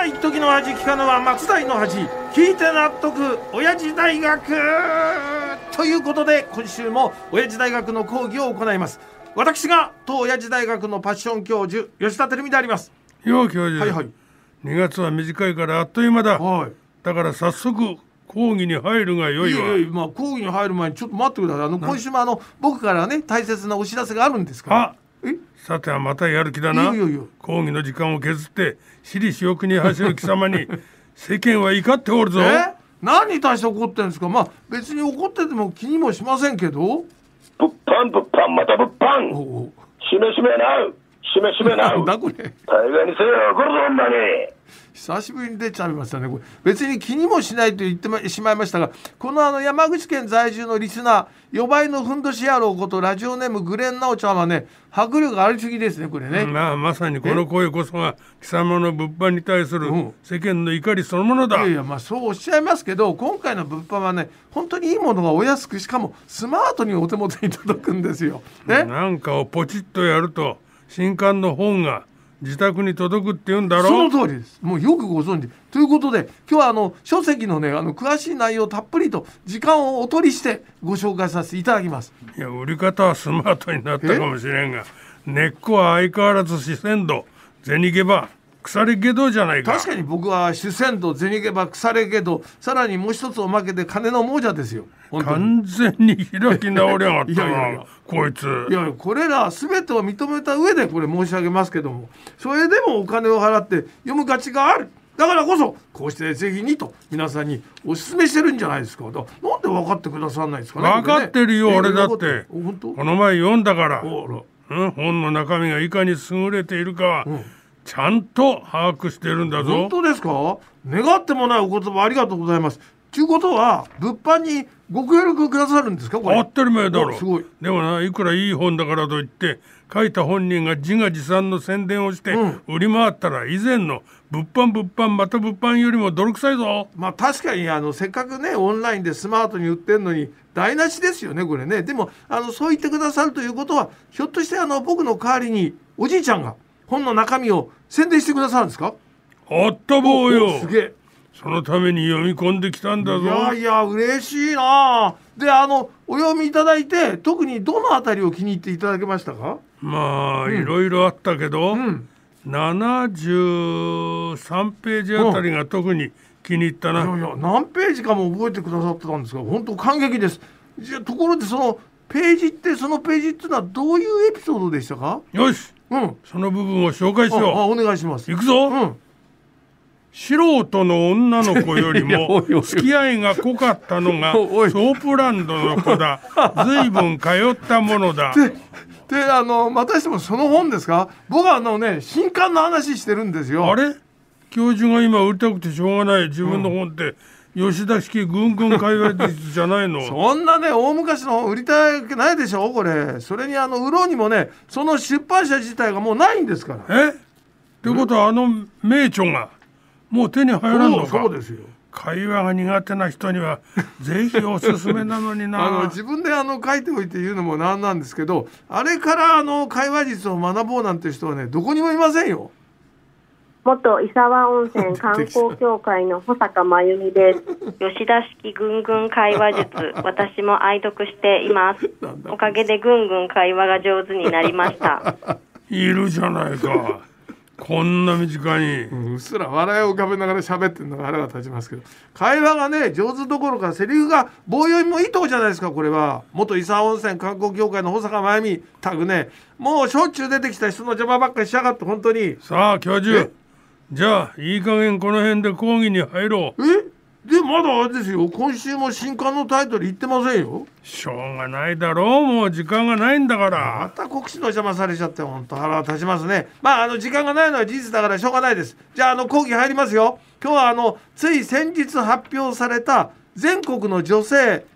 あ一時の恥聞かぬは松代の恥、聞いて納得親父大学ということで、今週も親父大学の講義を行います。私が当親父大学のパッション教授吉田照美であります。 よう教授、 はいはい、 2月は短いからあっという間だ、 はい、 だから早速講義に入るがよいわ。 まあ、講義に入る前にちょっと待ってください。今週も僕からね大切なお知らせがあるんですから。 さてはまたやる気だな。講義の時間を削って私利私欲に走る貴様に世間は怒っておるぞ。 何に対して怒ってるんですか。まあ別に怒ってても気にもしませんけど。 物販また物販しめしめなうしめしめなうなんだこれ。 大概にせよ怒るぞほんまに。 久しぶりに出ちゃいましたね。これ別に気にもしないと言ってしまいましたが、この山口県在住のリスナー予売のふんどし野郎ことラジオネームグレンナオちゃんはね、迫力ありすぎですねこれね。 まさにこの声こそが貴様の物販に対する世間の怒りそのものだ。 まあそうおっしゃいますけど、今回の物販はね本当にいいものがお安く、しかもスマートにお手元に届くんですよ。 なんかをポチッとやると新刊の本が自宅に届くって言うんだろう。 その通りです。もうよくご存知ということで、今日は書籍のね詳しい内容をたっぷりと時間をお取りしてご紹介させていただきます。 いや、売り方はスマートになったかもしれんが、根っこは相変わらず四川道銭ゲバ腐れ下道じゃないか。 確かに僕は四川道銭ゲバ腐れ下道、さらにもう一つおまけで金の亡者ですよ。 完全に開き直りやがったなこいつ。 いやこれら全てを認めた上でこれ申し上げますけども、それでもお金を払って読む価値がある。だからこそこうしてぜひにと皆さんにお勧めしてるんじゃないですか。なんで分かってくださらないですかね。 分かってるよ、俺だってこの前読んだから、本の中身がいかに優れているかは、ちゃんと把握してるんだぞ。 本当ですか。願ってもないお言葉ありがとうございます。ということは物販にご協力くださるんですか。これ当たり前だろ。 すごい。 でもな、いくらいい本だからといって書いた本人が自画自賛の宣伝をして売り回ったら、以前の物販また物販よりも泥臭いぞ。 まあ確かにせっかくねオンラインでスマートに売ってるのに台無しですよねこれね。でもそう言ってくださるということは、ひょっとして僕の代わりにおじいちゃんが本の中身を宣伝してくださるんですか。 あったぼうよ。 すげえ。 そのために読み込んできたんだぞ。 いや嬉しいな。でお読みいただいて特にどのあたりを気に入っていただけましたか。 まあ、いろいろあったけど、73ページあたりが特に気に入ったな。 いや何ページかも覚えてくださってたんですが本当感激です。じゃあところでそのページっていうのはどういうエピソードでしたか。 よし、その部分を紹介しよう。 お願いします。 いくぞ。素人の女の子よりも付き合いが濃かったのがソープランドの子だ。ずいぶん通ったものだ。 でまたしてもその本ですか。僕は新刊の話してるんですよ。 あれ、教授が今売りたくてしょうがない自分の本って、吉田式ぐんぐん会話術じゃないの。 そんな大昔の本売りたくないでしょこれ。それに売ろうにもその出版社自体がもうないんですから。 ってことは名著がもう手に入らんのか。 そうですよ。 会話が苦手な人にはぜひおすすめなのにな。 自分で書いておいて言うのもなんなんですけど、あれから会話術を学ぼうなんて人はどこにもいませんよ。 元伊沢温泉観光協会の保坂真由美です。吉田式ぐんぐん会話術、私も愛読しています。おかげでぐんぐん会話が上手になりました。 いるじゃないかこんな身近に。 うっすら笑いを浮かべながら喋ってるのが腹が立ちますけど、会話が上手どころかセリフが棒読みもいいとこじゃないですか。これは元伊沢温泉観光協会の保坂真由美タグもうしょっちゅう出てきた人の邪魔ばっかりしやがって本当に。 さあ教授、じゃあいい加減この辺で講義に入ろう。 でまだあれですよ、今週も新刊のタイトル言ってませんよ。 しょうがないだろう、もう時間がないんだから。 また国試の邪魔されちゃって本当腹が立ちますね。時間がないのは事実だからしょうがないです。じゃあ講義入りますよ。今日はつい先日発表された全国の女性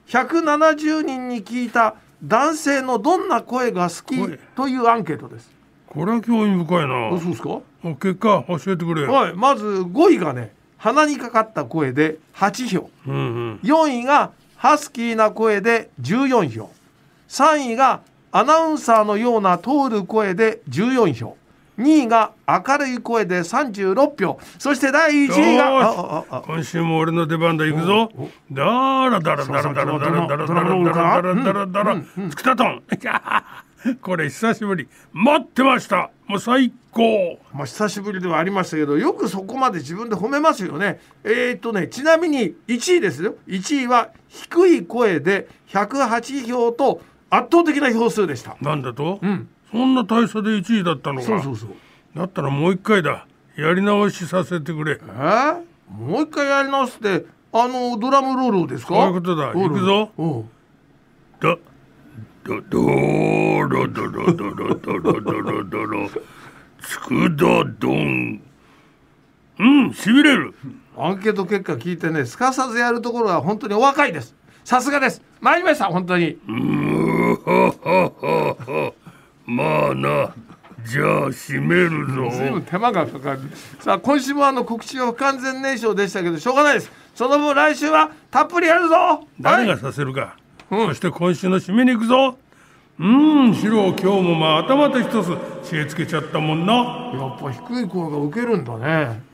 170人に聞いた男性のどんな声が好きというアンケートです。 これは興味深いな。 そうですか。 結果教えてくれよ。 まず5位が鼻にかかった声で8票、4位がハスキーな声で14票、3位がアナウンサーのような通る声で14票、 2位が明るい声で36票、そして第1位が今週も俺の出番だ。行くぞ。だらだらだらだらだらだらだらだらだらだらつくたとん。これ久しぶり、待ってました。もう最高。 まあ久しぶりではありましたけど、よくそこまで自分で褒めますよね。ちなみに1位ですよ。1位は低い声で108票と圧倒的な票数でした。 なんだと、そんな大差で1位だったのか。 そうだったらもう一回だ。やり直しさせてくれ。 もう一回やり直すってドラムロールですか。 そういうことだ。行くぞ。ドロドロドロドロドロドロつくだどん。しびれる。 アンケート結果聞いてね、すかさずやるところは本当にお若いです。さすがです。参りました本当に。 まあな、じゃあ閉めるぞ。 随分手間がかかる。さあ今週も告知は不完全燃焼でしたけどしょうがないです。その分来週はたっぷりやるぞ。 誰がさせるか。そして今週の締めに行くぞ。シロ今日もまたまた一つ知恵つけちゃったもんな。 やっぱ低い声がウケるんだね。